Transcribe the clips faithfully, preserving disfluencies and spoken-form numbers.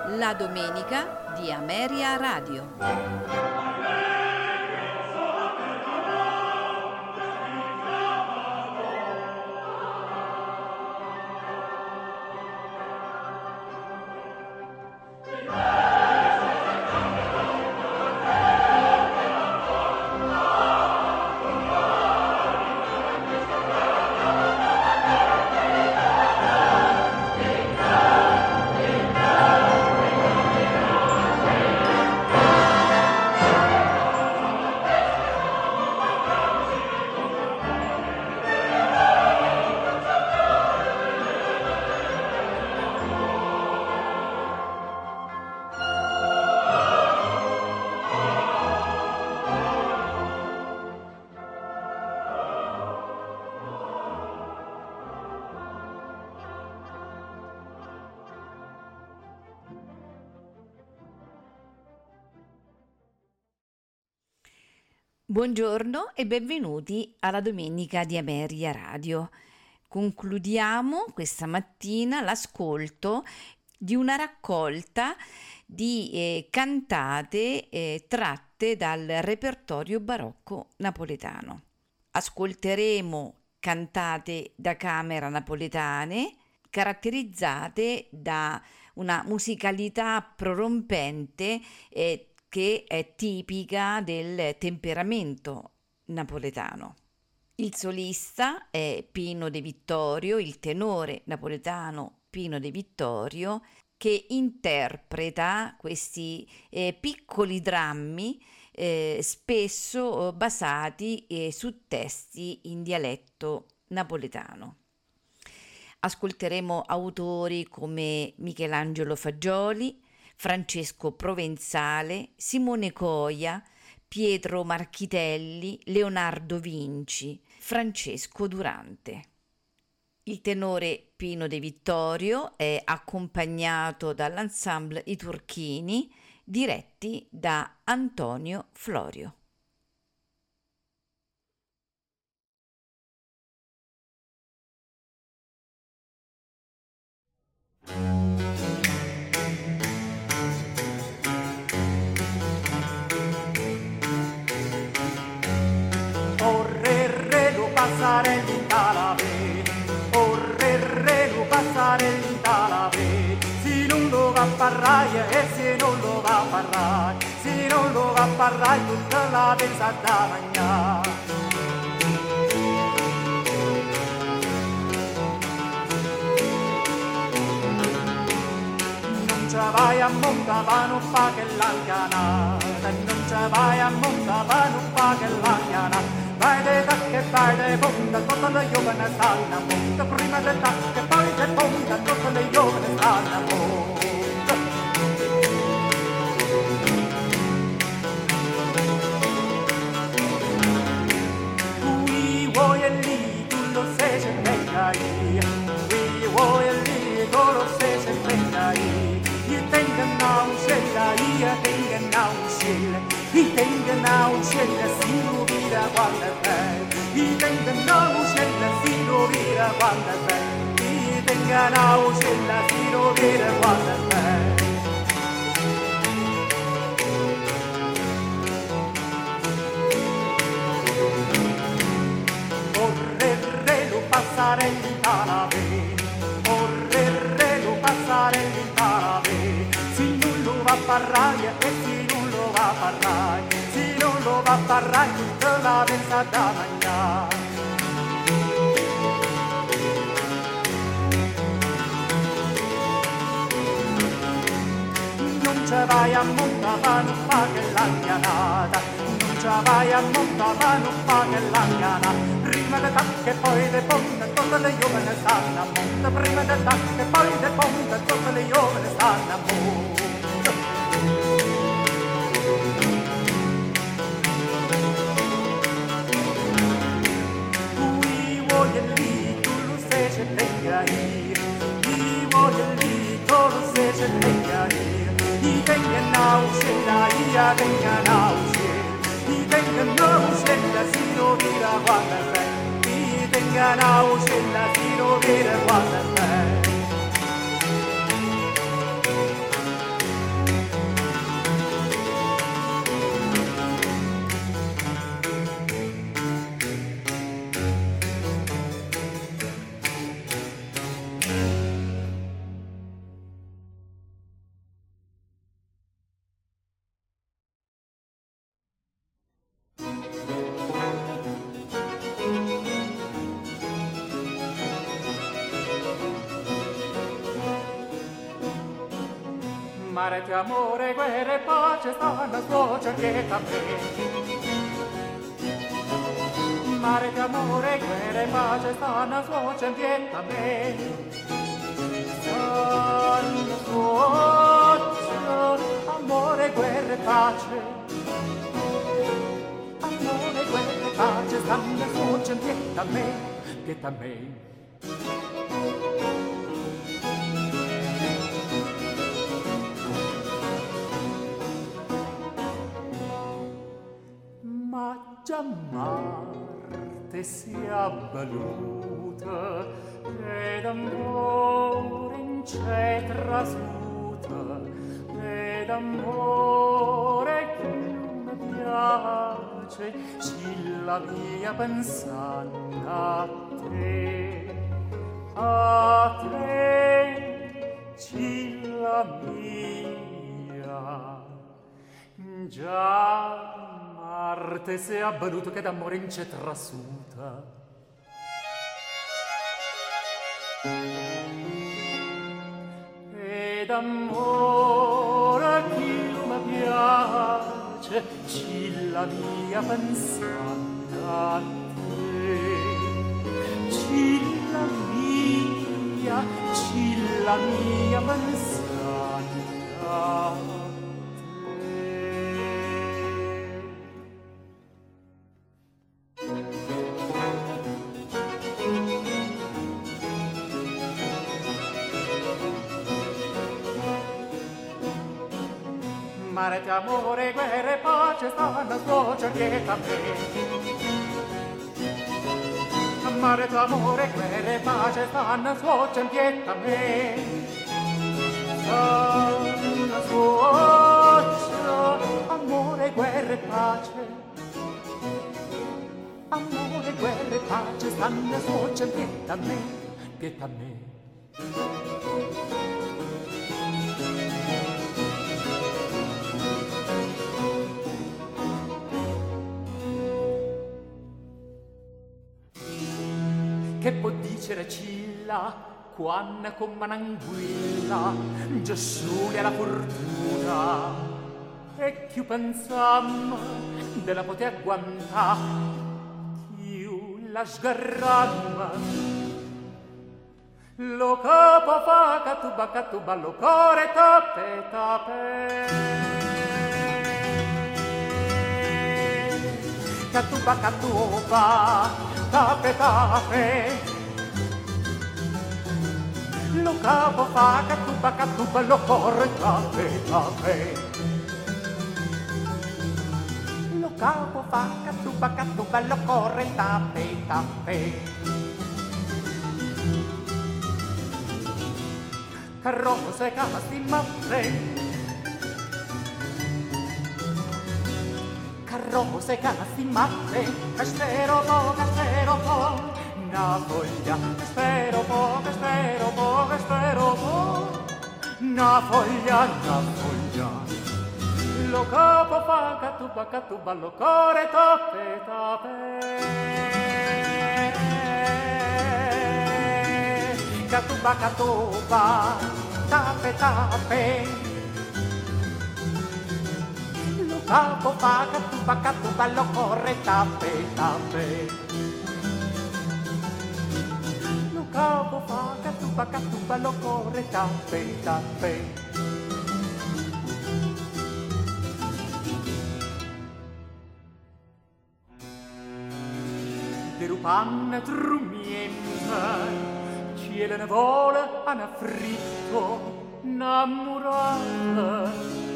La domenica di Ameria Radio. Buongiorno e benvenuti alla domenica di Ameria Radio. Concludiamo questa mattina l'ascolto di una raccolta di eh, cantate eh, tratte dal repertorio barocco napoletano. Ascolteremo cantate da camera napoletane caratterizzate da una musicalità prorompente e che è tipica del temperamento napoletano. Il solista è Pino De Vittorio, il tenore napoletano Pino De Vittorio, che interpreta questi eh, piccoli drammi eh, spesso basati eh, su testi in dialetto napoletano. Ascolteremo autori come Michelangelo Fagioli, Francesco Provenzale, Simone Coia, Pietro Marchitelli, Leonardo Vinci, Francesco Durante. Il tenore Pino De Vittorio è accompagnato dall'ensemble I Turchini, diretti da Antonio Florio. Passarelli in talave, correrre lo passarelli in talave, se non lo va a parlare e se non lo va a parlare, se non lo va a parlare tutta la pensa da mangiare. Non ci vai a montare, non fa che l'ancanata, non ci vai a montare, non fa che l'ancanata. Vai de tacche, vai de ponta, tutte le giovani stanno a monta, prima de tacche, poi de ponta, tutte le giovani stanno a monta. Qui vuoi e lì, tu lo sai se venga io, qui vuoi e lì, tu lo sai se venga io, io tengo una uccella, io tengo una uccella. I tengo una uccella, si rovira quando è bello. I tengo una uccella, si rovira quando è bello. I tengo una uccella, si rovira quando è bello. Correre lo passarelli in talave, correre lo passarelli in talave. Si non lo va a parlare e si non lo va a parlare, se non lo va a parlare tutta la pensa da mangiare. Non ci vai a montare, non fa che l'anganata, non ci vai a montare, non fa che l'anganata. Prima le tacche, poi le ponte, tutte le giovani stanno a monta, prima le tacche, poi le ponte, tutte le giovani stanno a monta. Se venga io, chi vuole lì, todo se se venga io, i tenga una uccella, io tenga una uccella, i tenga una uccella, si rovira quando è bello, i tenga una uccella, si rovira quando è bello. Mare di amore, guerra e pace stanno sfocia dietro a me. Mare di amore, guerra e pace stanno sfocia dietro a me. Stanno sfocia, amore, guerra e pace. Amore, guerra e pace stanno sfocia dietro a me, dietro a me. Ma già Marte si è avvaluta ed amore in c'è trasuta ed amore che mi piace scilla via pensando a te, a te scilla mia. Già Marte si è avvaluto che d'amore in c'è trasuta ed amore che mi piace scilla via pensando a te, scilla mia, scilla mia pensando a te. Mare di amore, guerra e pace stanno sfocia dietro a me. Mare di amore, guerra e pace stanno sfocia dietro a me. Stanno sfocia, amore, guerra e pace. Amore, guerra e pace stanno sfocia dietro a me, dietro a me. Che può dicere Cilla quando con mananguilla Gesù la fortuna e chi pensam della poter agguantà chi la sgarramma lo capo fa catuba catuba lo core tape tape catuba catuba tape tape lo capo fa catuba catuba lo corre tape tape lo capo fa catuba catuba lo corre tape tape carrozze casti mappe carrozze casti mappe castero po castero po na foglia spero po spero po spero po na foglia na foglia lo capo fa catuba catuba lo core tape tape catuba catuba tape tape lo capo fa catuba catuba lo corre tape tape lo capo fa catuba catuba lo corre tape tape derupanne trumienta cielo ne vola hanno fritto innamorata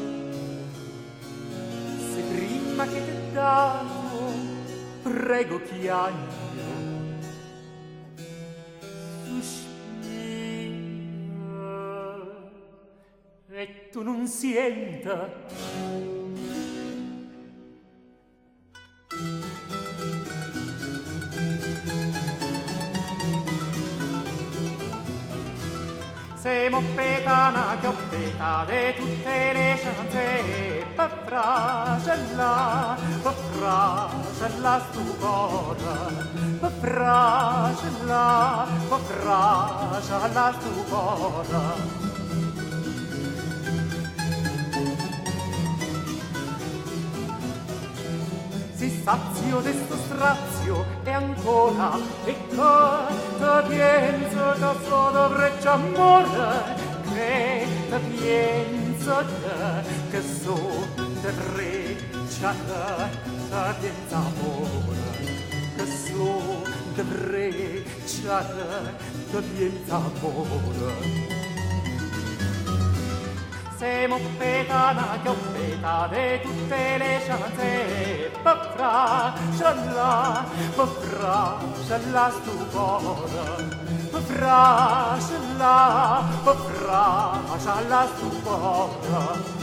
se prima che ti dato prego chiagno sospira e tu non sienta se moppeta una chioppeta de tutte le chance per fragella per fragella stupora per fragella per fragella stupora sazio desto strazio e ancora e che te pienso che so dovrei amore che te pienso che che so dovrei te te pienso amore che so dovrei te te pienso amore siamo petana che ho peta di tutte le chance papra scialla papra scialla stupore papra scialla papra scialla stupore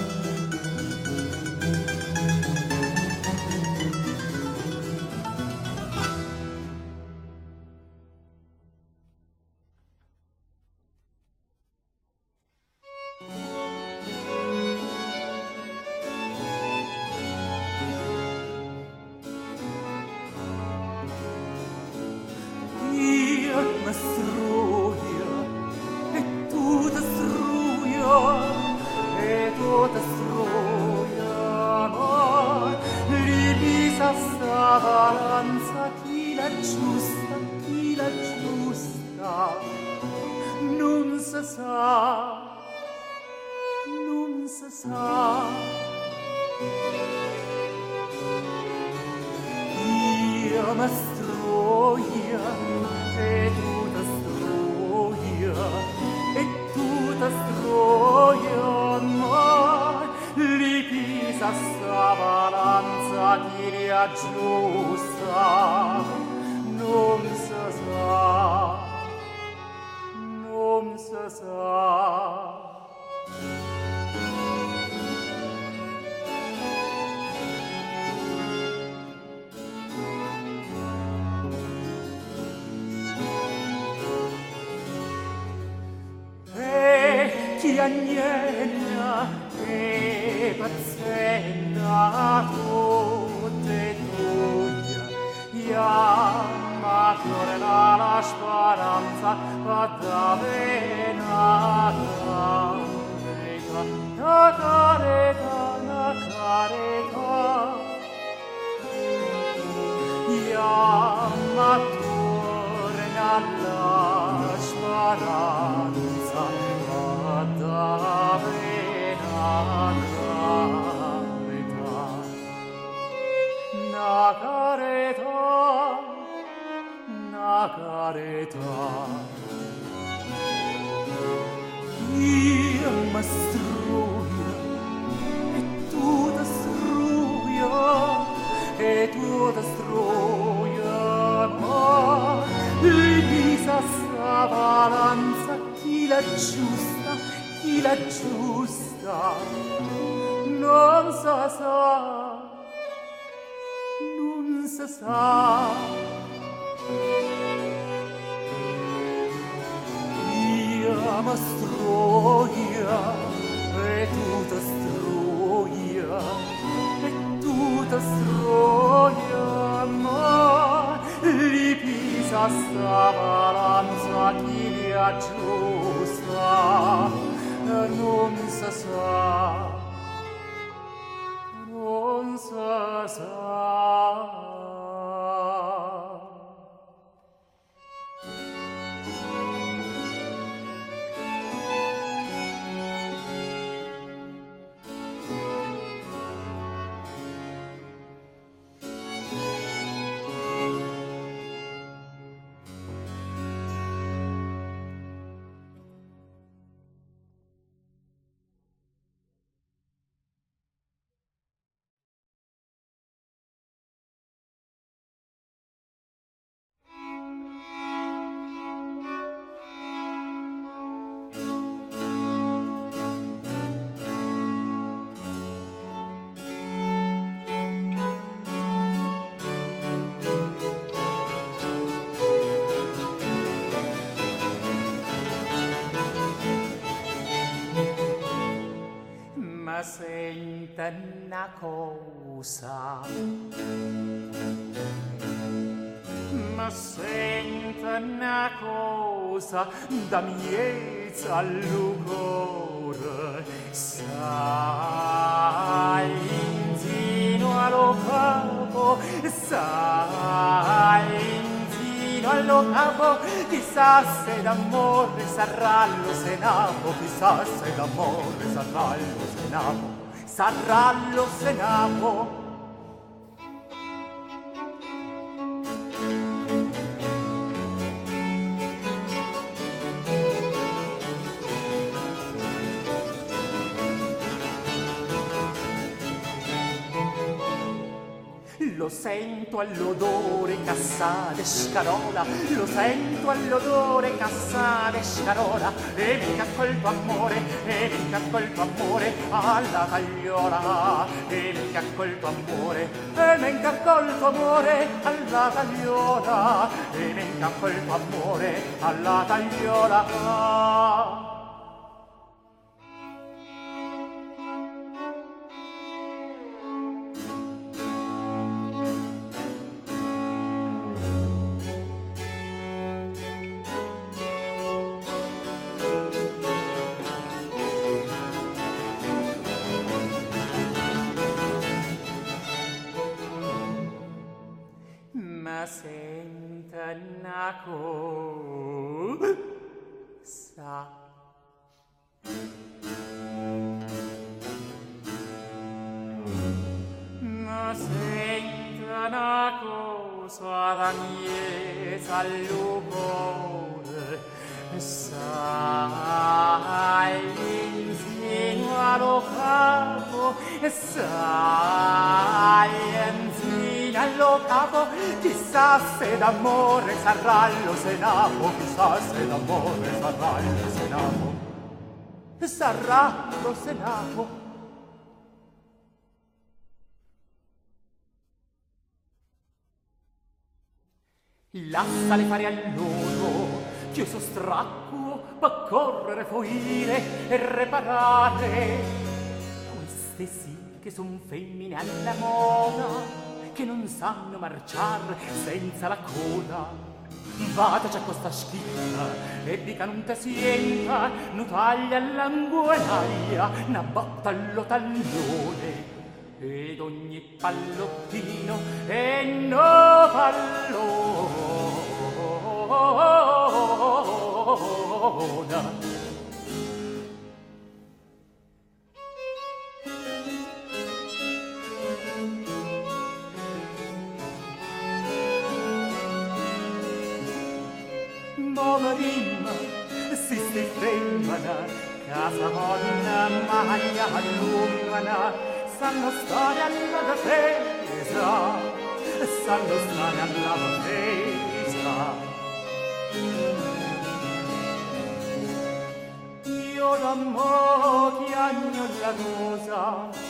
sente una cosa, ma sente una cosa da miezza al cuore, sai, insinuo allo capo capo, sai, fino allo capo, chissà se d'amore sarà lo senapo, chissà se d'amore sarà lo senapo, sarà lo senapo. Lo sento all'odore cassare scarola, lo sento all'odore cassare scarola, e mica col tuo amore, e mica col tuo amore alla tagliola, e mica col tuo amore, e mica col tuo amore alla tagliola, e mica col tuo amore alla tagliola. Ma senta una cosa, ma senta una cosa da miesa al cuore, sai insinualo capo, sai insinualo capo, chissà se d'amore sarà lo senapo, chissà se d'amore sarà lo senapo, sarà lo senapo. Lasciale fare a loro, che io sostracco per correre, fuire e reparare. Queste sì che son femmine alla moda, che non sanno marciar senza la coda. Vadaci a questa schina e dica non te sienta, non taglia l'anguaia, na botta allo taglione, ed ogni pallottino è no pallona. Poverina, si sti femmina, casa donna maglia allumana, sanno stare alla difesa, sanno stare alla difesa. Io d'amore chiagno la cosa,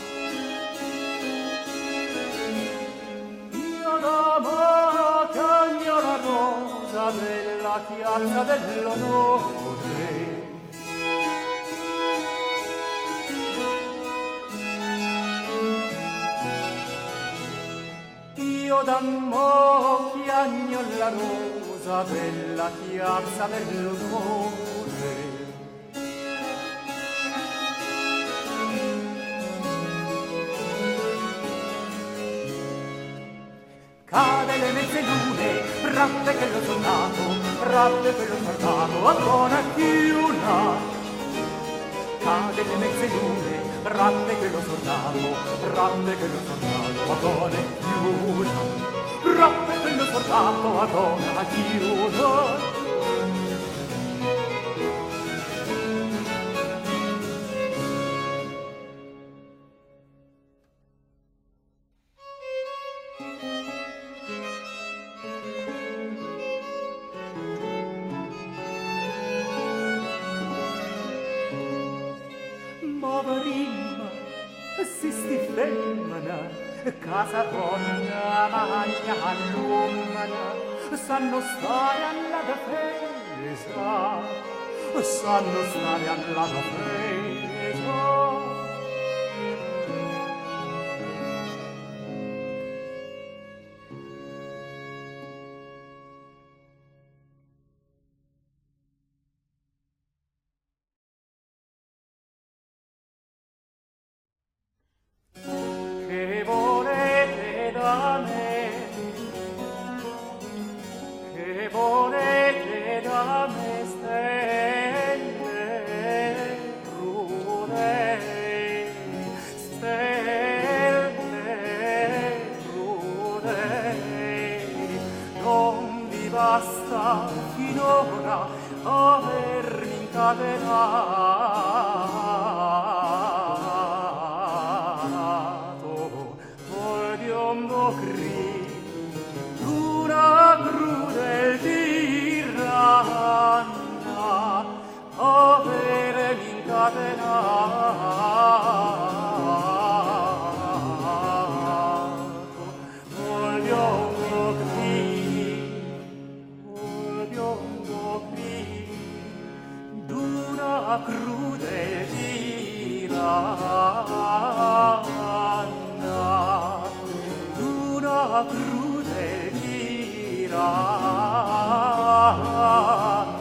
io d'amore chiagno la rosa della chiazza dell'onore. Io d'amore chiagno la rosa della chiazza dell'onore. Cade le mezze lune, ratte che l'ho soldato, ratte che l'ho soldato, a buona chiuna. Cade le mezze lune, ratte che l'ho soldato, ratte che l'ho soldato, a buona chiuna. Ratte che l'ho soldato, a buona chiuna. Poverina, si sti femmina, casa donna maglia allumana, sanno stare alla difesa, sanno stare alla difesa. Che volete da me? che volete da me, stelle crudeli, stelle crudeli, non vi basta finora avermi incatenato col biondo gris d'una crudel tiranna, avermi incatenato col biondo gris, col biondo gris d'una crudel tiranna, d'una crudel tiranna.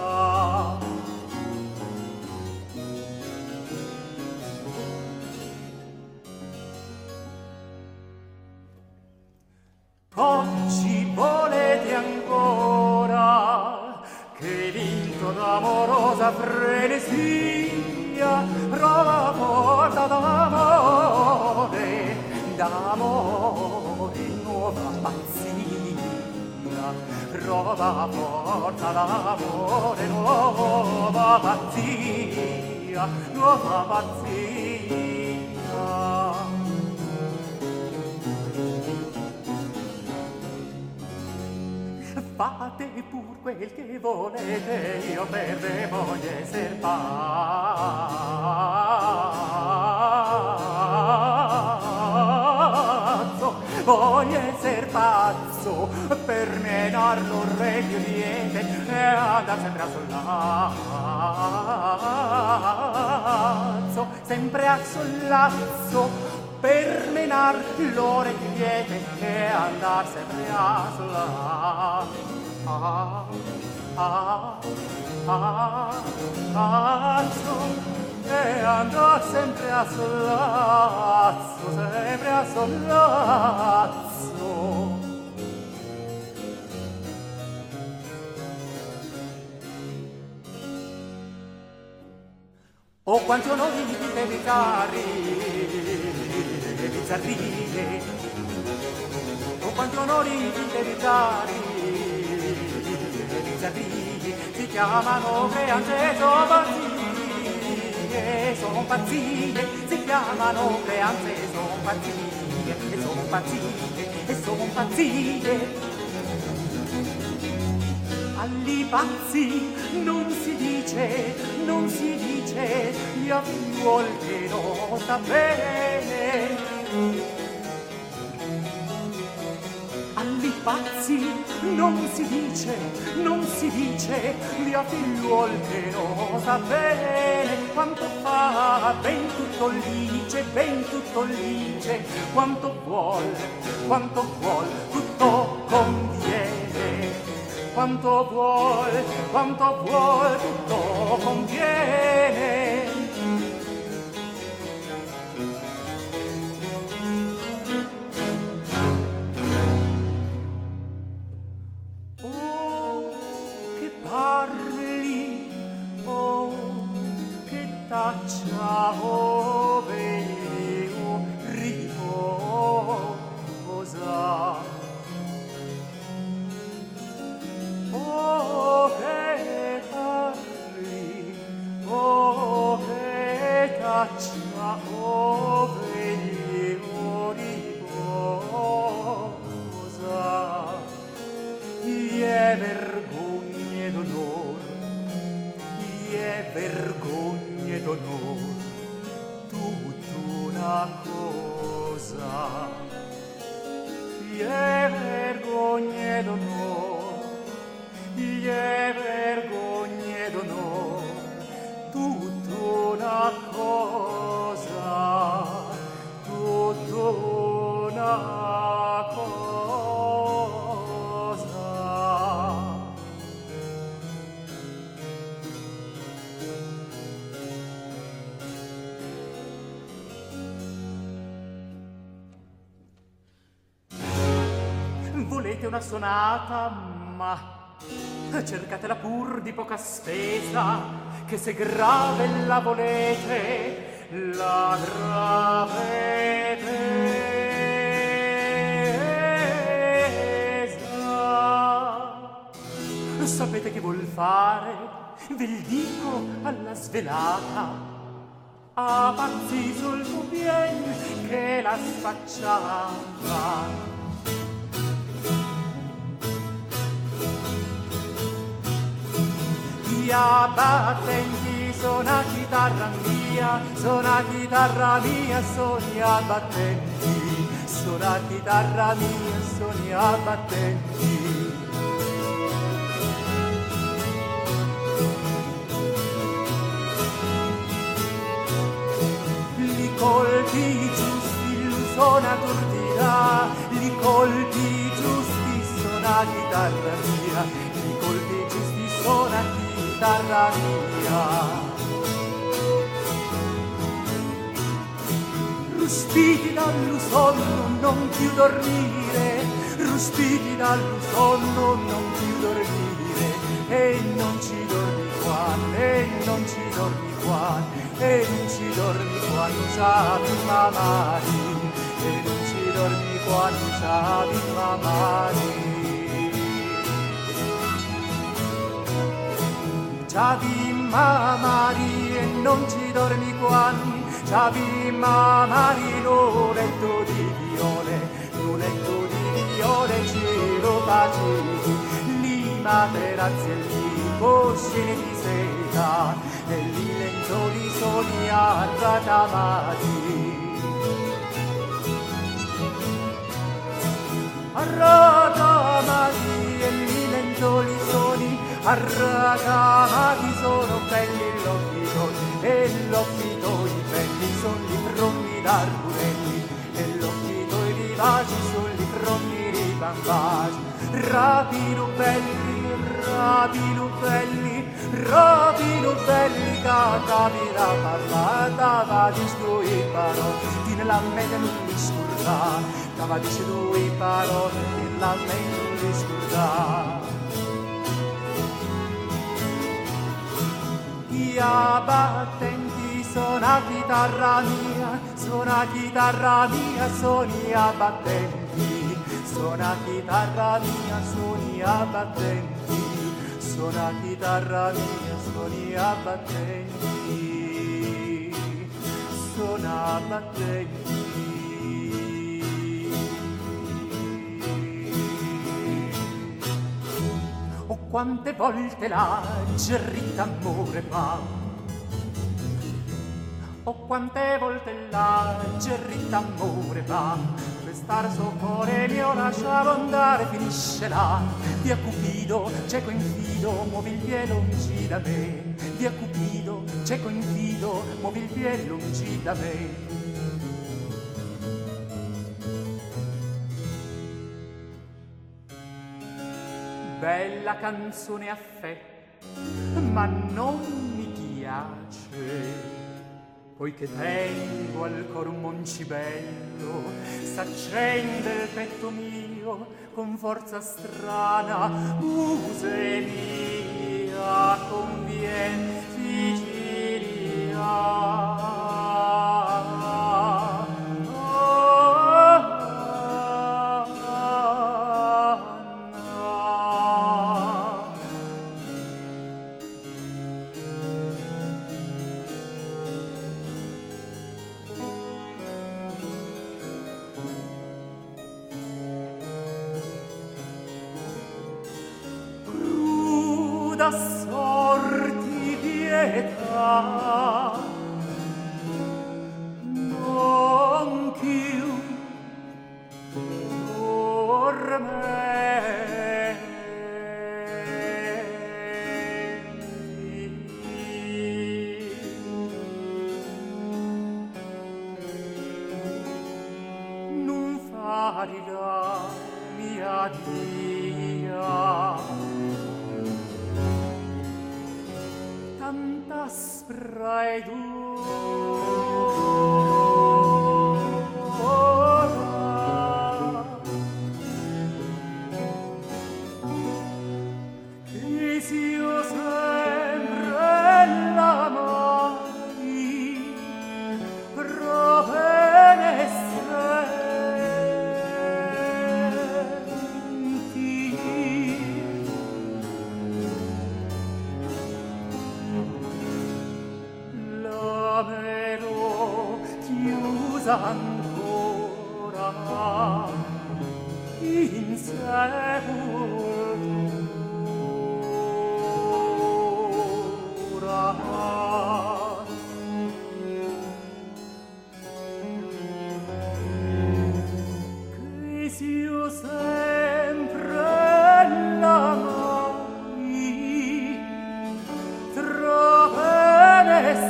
Oggi volete ancora che vinto d'amorosa frenesia prova forza d'amore, d'amore nuova pazzia, prova forza d'amore nuova pazzia, nuova pazzia. Fate pur quel che volete, io per te voglio esser pazzo, voglio esser pazzo, per menar l'orrelio liete e andar sempre a sollazzo, sempre a sollazzo, per menar l'ore quiete e andar sempre a sollazzo, ah, ah, ah, e andar sempre a sollazzo, sempre a sollazzo. Oh, quanti onori di bizzarri, bizzarrie, oh, quanti onori di bizzarri, bizzarrie, si chiamano creanze, sono pazzie, sono pazzie, si chiamano creanze, sono pazzie, e sono pazzie, e sono pazzie. Agli pazzi non si dice, non si dice, mia figliuol che non sta bene. Agli pazzi non si dice, non si dice, mia figliuol che non sta bene. Quanto fa, ben tutto lice, ben tutto lice, quanto vuol, quanto vuol, tutto conviene. Quanto vuol, quanto vuol, tutto conviene. Oh, che parli, oh, che taccia, oh, vedi, oh, riposa. Oh, che parli, oh, che taccia, oh, vedi, oh, riposa. Ie vergogne d'onor, ie vergogne d'onor, tutt'una cosa. Ie vergogne d'onor, ie vergogne d'onor, tutt'una cosa, tutt'una cosa. Volete una sonata, ma cercatela pur di poca spesa, che se grave la volete, la gravete. Sapete che vuol fare? Ve il dico alla svelata. A pazzi sul bien che la sfacciava. Via battenti, suona chitarra mia, suona chitarra mia, suona battenti, suona chitarra mia, suona battenti. Li colpi giusti, l'usona tordirà, li colpi giusti, suona chitarra mia, li colpi giusti, suona chitarra mia. Ruspiti dallo sonno, non più dormire, ruspiti dallo sonno, non più dormire, e non ci dormi qua, e non ci dormi qua, e non ci dormi qua, non sapi mamari, e non ci dormi qua, non sapi mamari. Ciavi mamari e non ci dormi quani, ciavi mamari, lo letto di viole, lo letto di viole, cielo facili, li materazzi e li coscine di seta, e li lenzuoli soli arratamati. Arratamati e li lenzuoli soli arragamati, sono belli l'occhi tuoi, e l'occhi tuoi belli sono i fronni d'argurelli, e l'occhi tuoi vivaci sono i fronni di bambaci. Rapino belli, rapino belli, rapino belli, catavi la parlata, va di stui parole, di nella mente non mi scurda, va di stui parole, nella mente non mi scurda. Via battenti, suona chitarra mia, suona chitarra mia, suonia battenti, suona chitarra mia, suonia battenti, suona chitarra mia, suonia battenti, suona battenti. Oh, quante volte la gerrita amore va, oh, quante volte la gerrita amore va, restar sul cuore mio lasciavo andare, finisce là. Via Cupido, cieco infido, muovi il piede lungi da me, via Cupido, cieco infido, muovi il piede lungi da me. Bella canzone a fe, ma non mi piace, poiché tengo al cor un moncibello, s'accende il petto mio con forza strana, muse mia, convien Sicilia. Da sorti pietà, non più tormenti. Non fari la mia dia, tanta aspra e dura, usa ancora in sepoltura. Che sia sempre l'amai tra bene e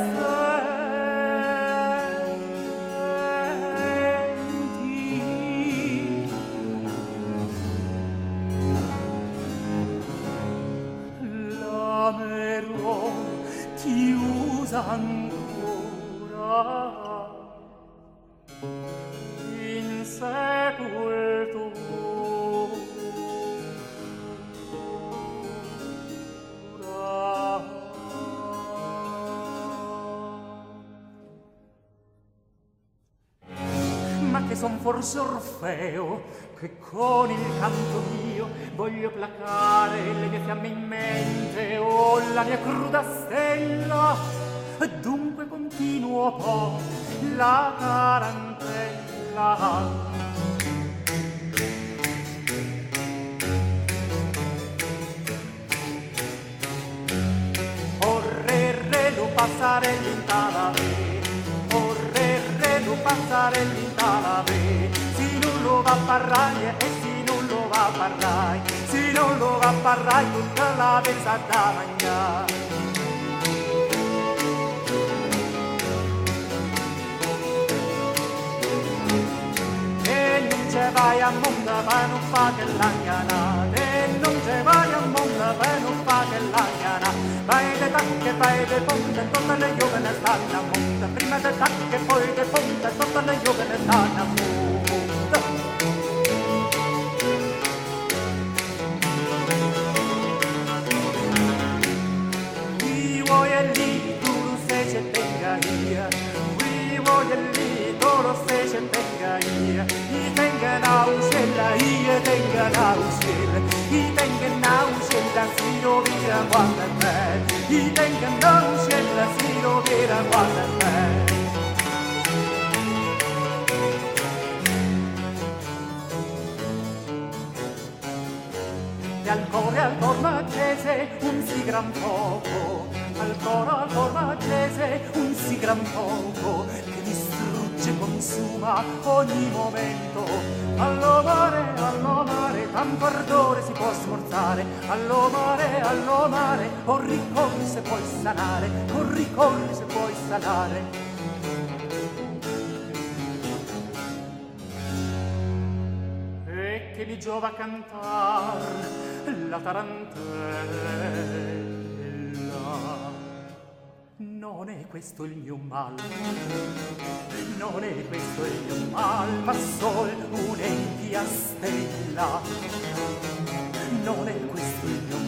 ti usa ancora in sepoltura. Ma che son forse Orfeo, che con il canto mio voglio placare le mie fiamme in mente o la mia cruda stella, dunque continuo poi la tarantella. Orre lo passarelli in talave, orre lo passarelli in talave, si non lo va a parlare e si non lo va a parlare, si non lo va a parlare tutta la pezza da mangiare. E non ce vai a mondo per non fa che l'angana, e non ce vai a mondo per non fa che l'angana. Vai de tacche, vai de ponte, tutte le giovane stanno a monte, prima de tacche, poi de ponte, tutte le giovane stanno a monte. Qui vuoi e lì, tu lo sei se tenga io, qui vuoi e lì, tu lo sei se tenga io, i tenga una ucella, io tenga una ucella, i tenga una ucella, si lo vira quando è bello, i tenga una ucella, si lo vira quando è bello. E al cuore, al cuore m'accese un sì gran fuoco, al cuore, al cuore m'accese un sì gran fuoco, che distrugge, consuma ogni momento. Allo mare, allo mare, tanto ardore si può smorzare, allo mare, allo mare, o ricorri se puoi sanare, o ricorri se puoi sanare. Che mi giova a cantar la tarantella. Non è questo il mio mal, non è questo il mio mal, ma sol un'empia stella. Non è questo il mio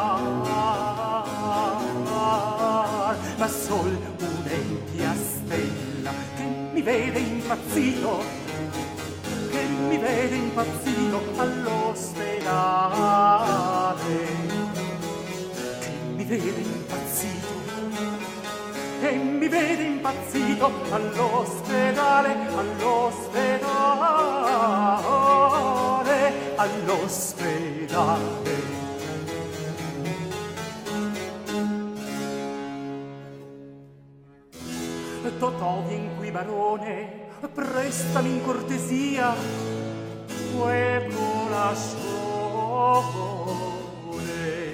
mal, ma sol un'empia stella che mi vede impazzito, che mi vede impazzito all'ospedale, che mi vede impazzito, che mi vede impazzito all'ospedale, all'ospedale, all'ospedale. Totò, vien qui barone, prestami in cortesia pueblo lascione.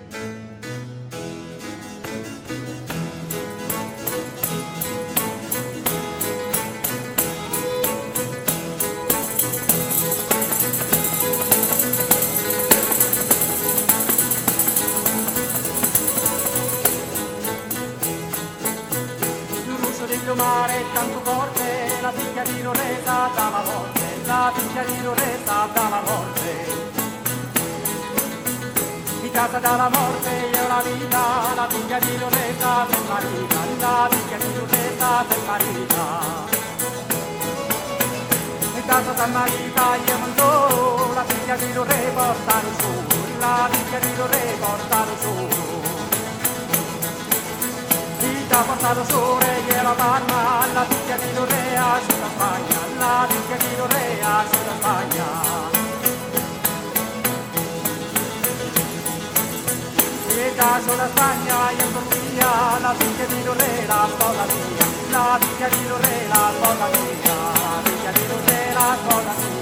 L'uscio del mare tanto forte, la figlia di Loresa dava morte, la figlia di Loresa dava morte. Di casa dalla morte io la vita, la figlia di Loresa per marita, la figlia di Loresa per marita. Di casa San Marita io mandò, la figlia di Loresa portare su, la figlia di Loresa portare su. ha portato sole e la palma, la figlia di Lorea sulla Spagna, la figlia di Lorea sulla Spagna. E da sulla Spagna io sono via, la figlia di Lorea la sposa mia, la figlia di Lorea la sposa mia, la figlia di Lorea la sposa mia.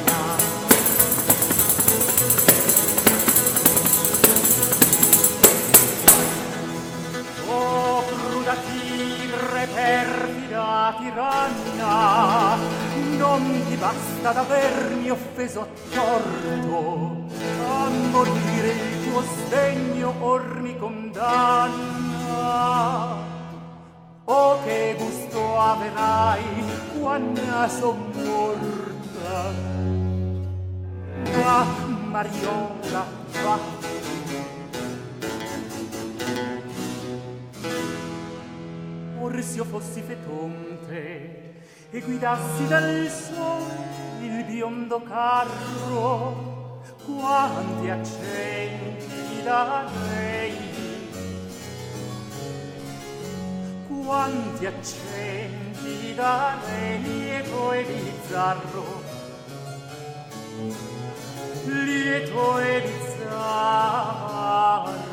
Oh, cruda tigre, perfida tiranna, non ti basta d'avermi offeso a torto, a morire il tuo sdegno or mi condanna. Oh, che gusto averai quando son morta. Ah, Mariola, va. Or s'io fossi fetonte e guidassi dal sole il biondo carro, quanti accenti darei, quanti accenti darei, lieto e bizzarro, lieto e bizzarro.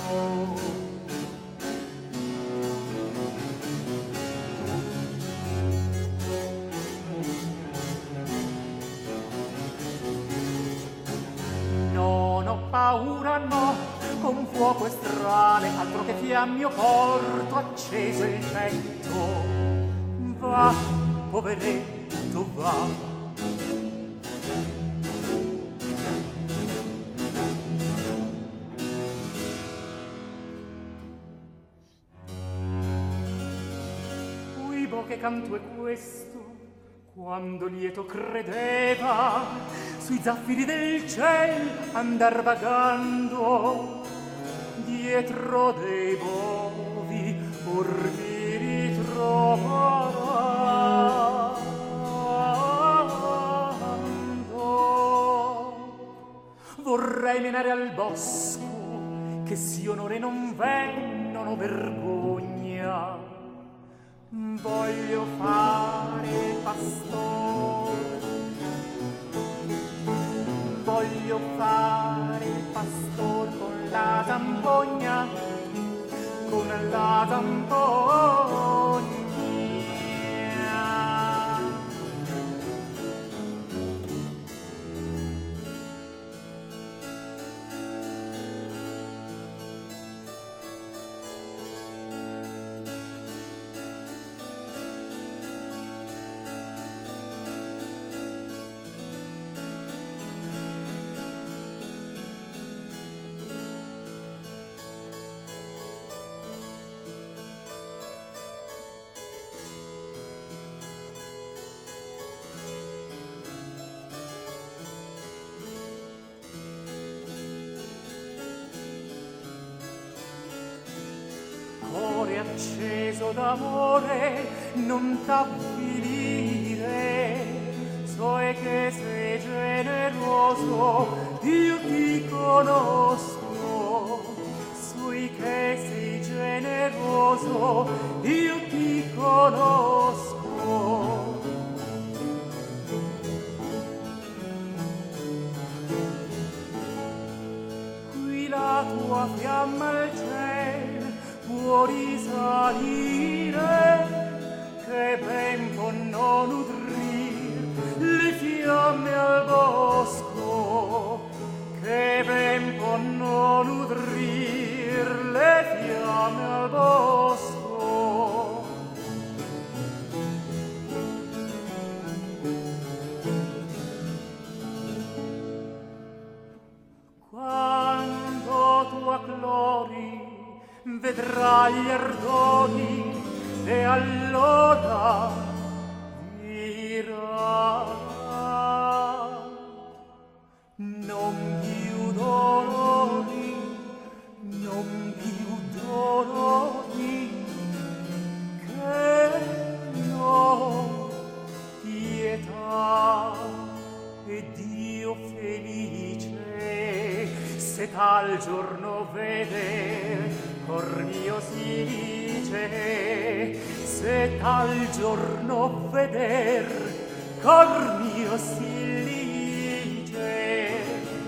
Non ho paura, no, con fuoco estrale, altro che fiammio porto acceso il petto. Va, poveretto, va. Uibo, che canto è questo? Quando lieto credeva sui zaffiri del ciel andar vagando, dietro dei bovi or mi ritrovando. Vorrei menare al bosco, che sì onore non vennono vergogna. Voglio fare pastore, voglio fare pastor con la zampogna, con la zampogna. Cuore acceso d'amore, non t'avvilire, so è che sei generoso, io ti conosco. Sui che sei generoso, io ti conosco. Qui la tua fiamma al cielo può risalire, che ben possono nutrir le fiamme al bosco, che ben possono nutrir le fiamme al bosco. Quando tu acclori vedrai gli ardoni e allora dirà: non più dolori, non più dolori, che no pietà e Dio felice se tal giorno vede cor mio si dice, se tal giorno veder, cor mio si lice.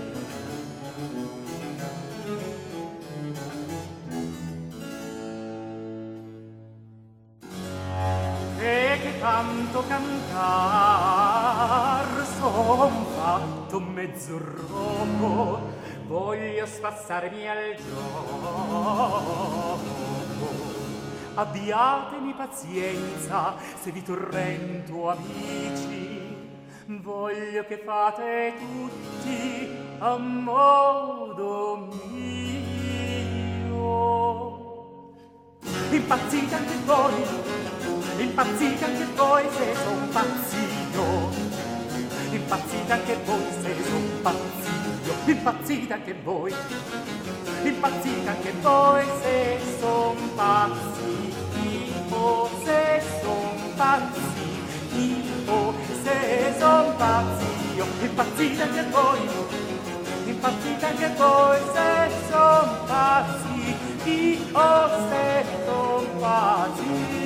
E che tanto cantar son fatto mezzo roco, voglio spassarmi al gioco. Abbiatemi pazienza se vi torrento, amici, voglio che fate tutti a modo mio. Impazzite anche voi, impazzite anche voi se son pazzio, impazzite anche voi se son pazzio, impazzite anche voi, impazzite anche voi se son pazzi, tipo se son pazzi, tipo se son pazzio, impazzite anche voi, impazzite anche voi se son pazzi, io se son pazzi.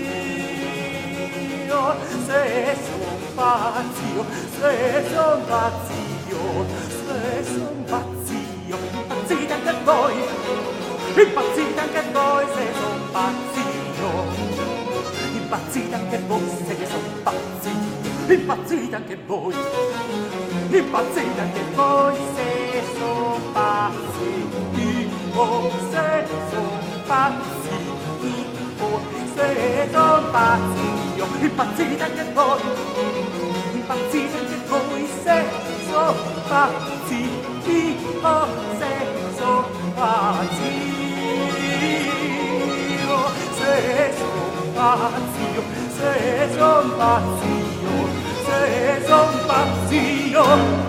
Se son pazzio, se son pazzio, se son pazzio, impazzite anche voi, impazzite anche voi se son pazzio, impazzite anche voi se son pazzio, impazzite anche voi, impazzite anche voi se son pazzi, io se son pazzi, io se son pazzi. Impazzite anche voi, impazzite anche voi se son pazzi, io se son pazzi, io se son pazzi, se son pazzi, se son pazzi.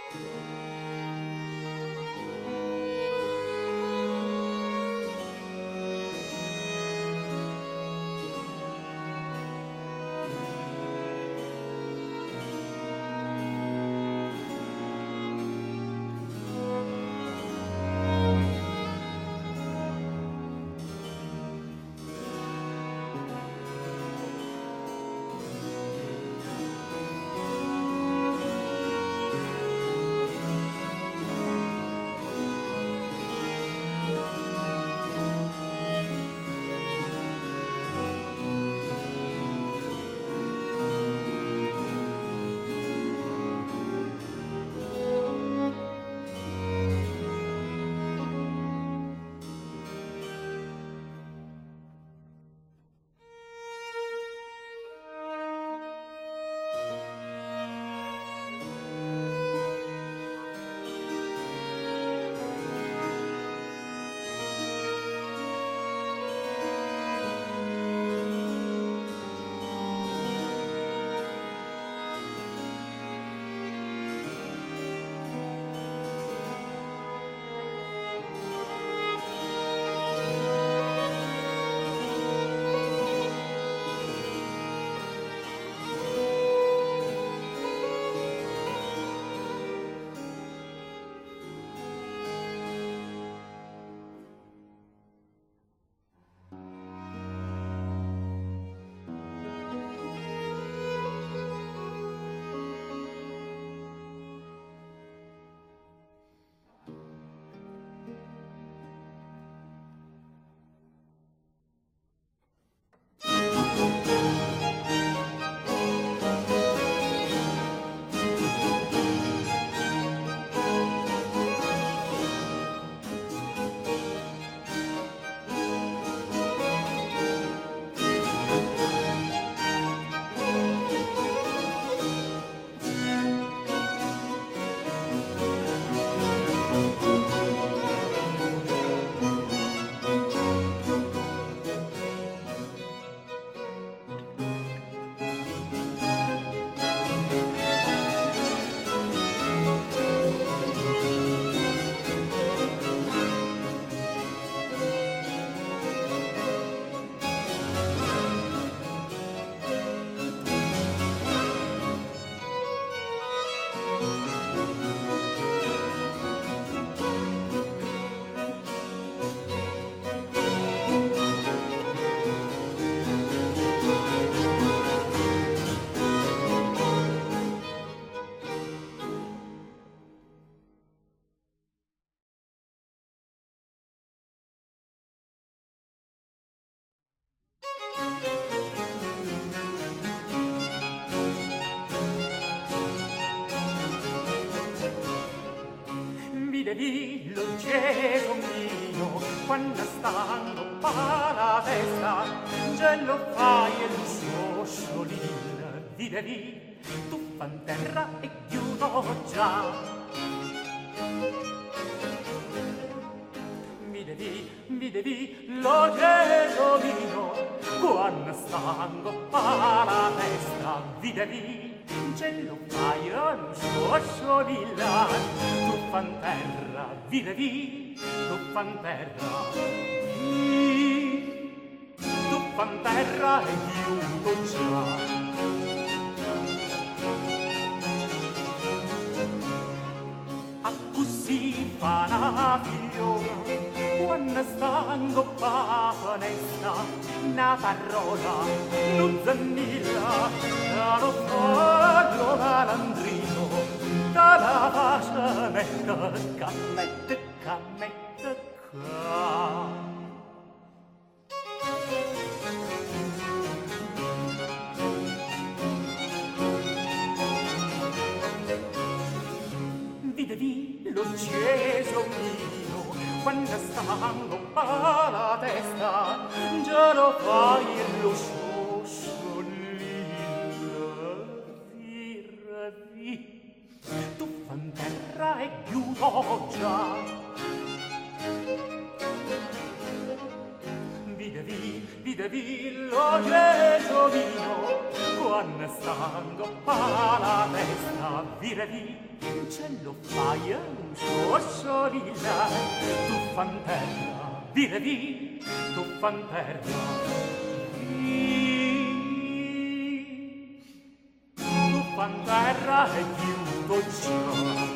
Vidi lo Gesù mio, quando stanno pa la testa, già lo fai e lo suo sciolino, videvi, tu fan terra e chiudo già. Videvi, videvi lo Gesù mio, quando stanno pa la testa, videvi, ce lo fai lo suo sciolino, tu fan terra, videvi, tu fan terra, tu fan terra e chiudo già. A così fa la figliora, quando stanno pa finestra, una parola, non zannilla, da lo fallo malandrino, da la vasciametta, cammette, cammette, ca. Videvi lo Gesù mio, quando stanno pa la testa, già lo fai lo scioscio lì, tu fan terra e chiudo già. Videvi, videvi lo Gesù mio, annestando alla testa, vire vi, in cielo fai un sciosciolilla, tu fan terra, vire vi, tu fan terra, tu fan terra e chiudo ciò.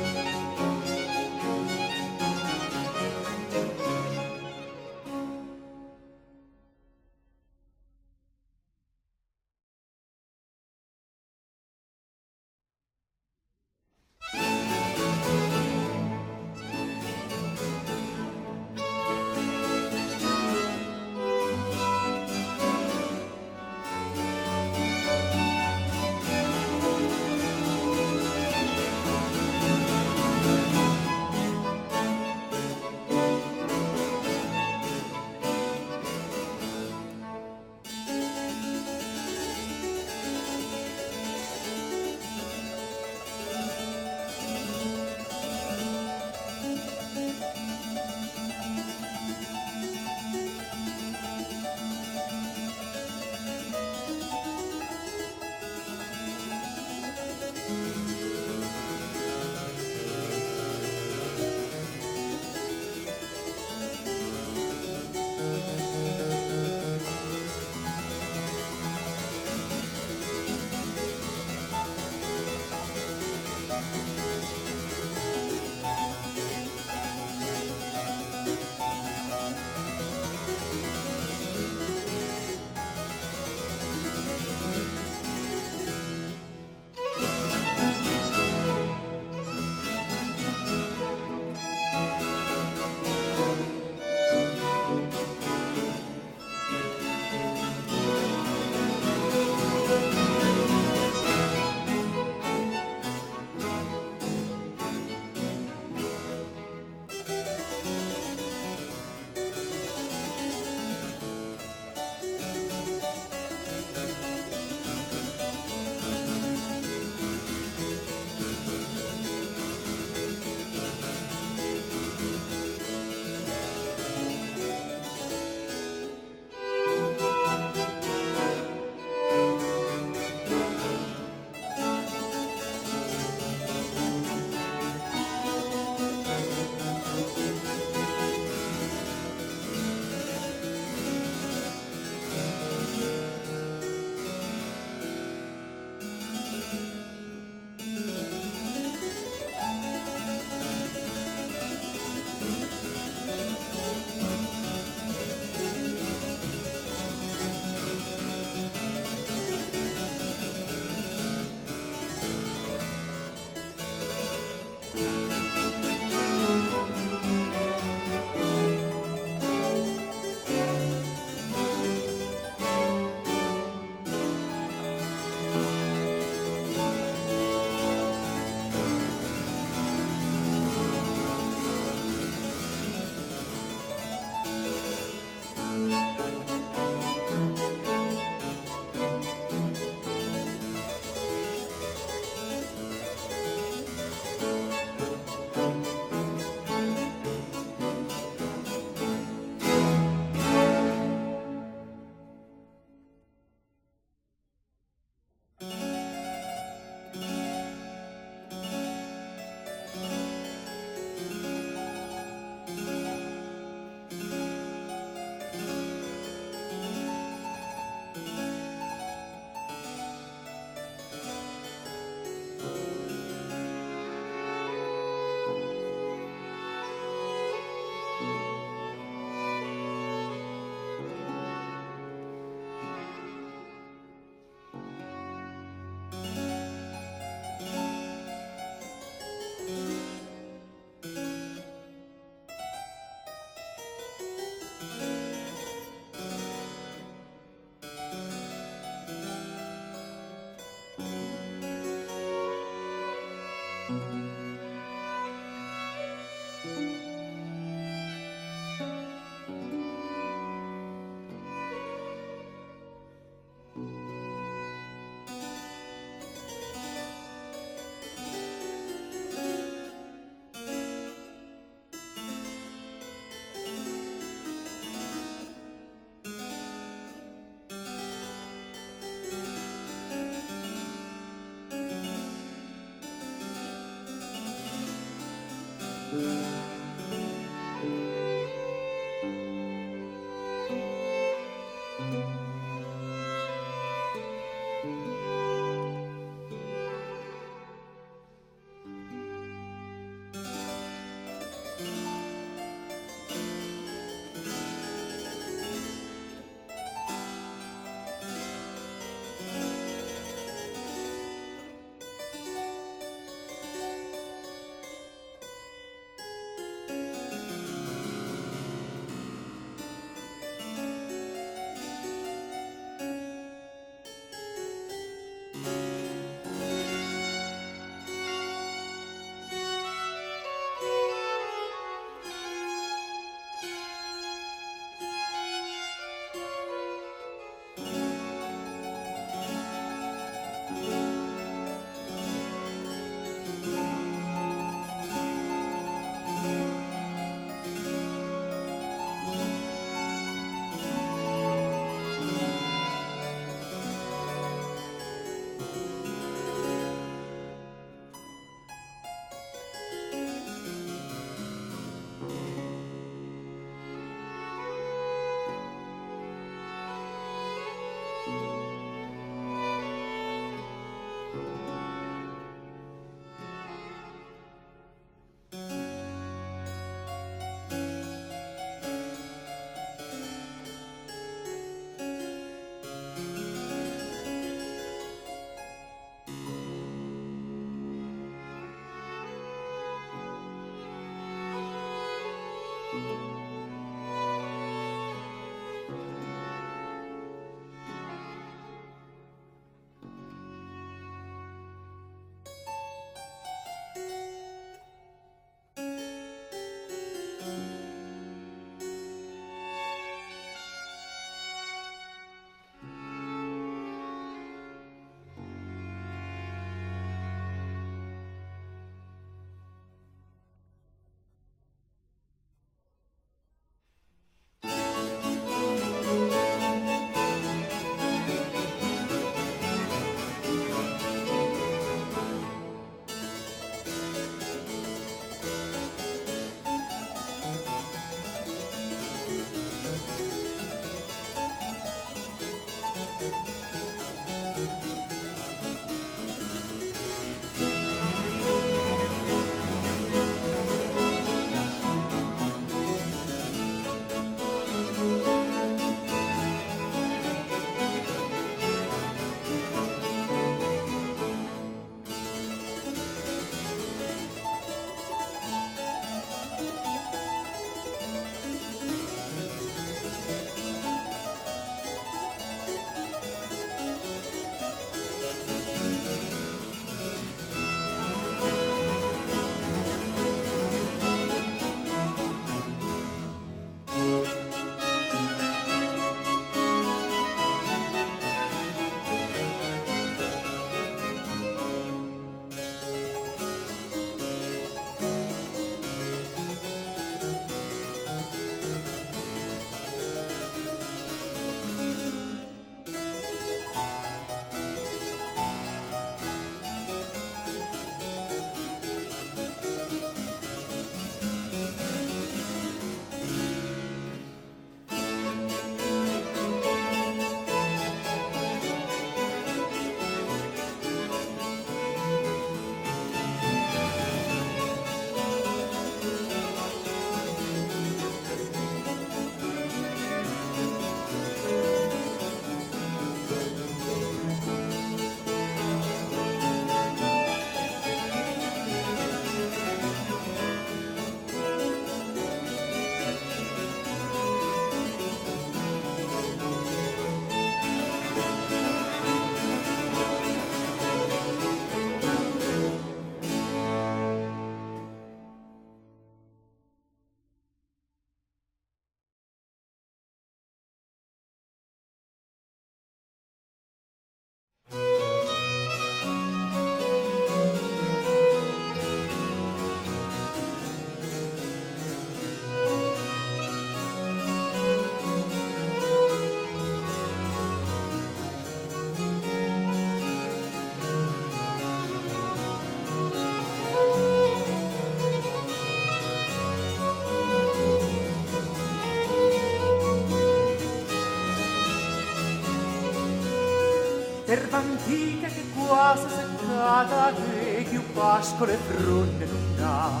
Erba antica che quasi seccata che più pascolo e fronde non ha.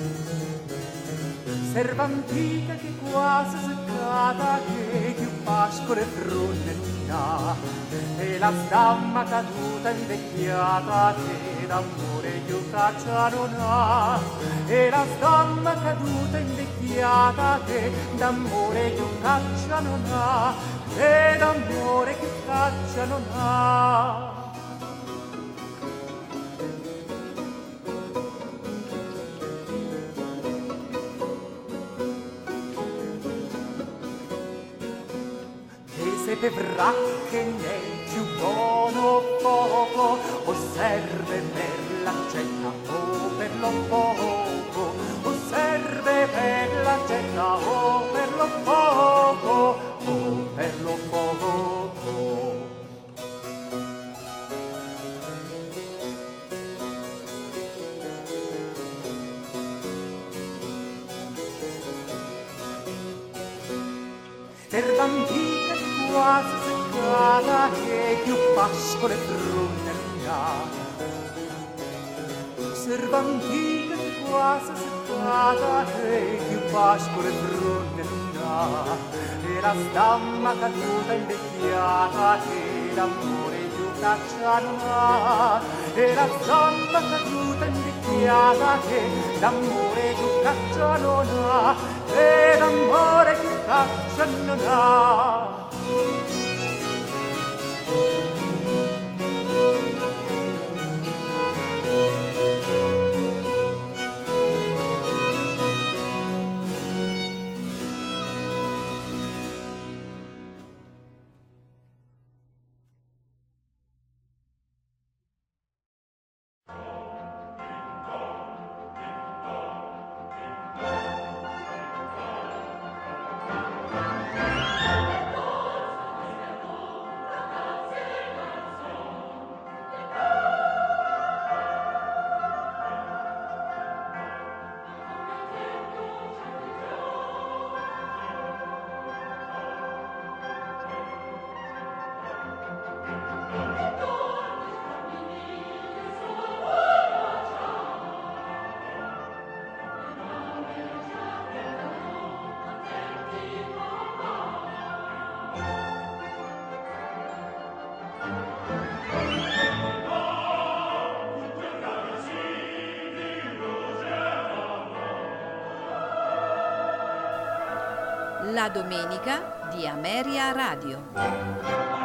Serva antica che quasi seccata che più pascolo e fronde non ha. E la stamma caduta invecchiata che d'amore più caccia non ha. E la stamma caduta invecchiata che d'amore più caccia non ha. E d'amore più caccia non ha. Se pevrà che nel più buono poco o serve per l'accetta o per lo poco o serve per l'accetta o per lo poco o per lo poco. Erba antica quasi seccata che più pascolo e fronde non ha. Serva antica che quasi seccata che più pascolo e fronde non ha. E la stamma caduta invecchiata che d'amore più caccia non ha. E la stamma caduta invecchiata che d'amore più caccia non ha. E d'amore più caccia non ha. La domenica di Ameria Radio.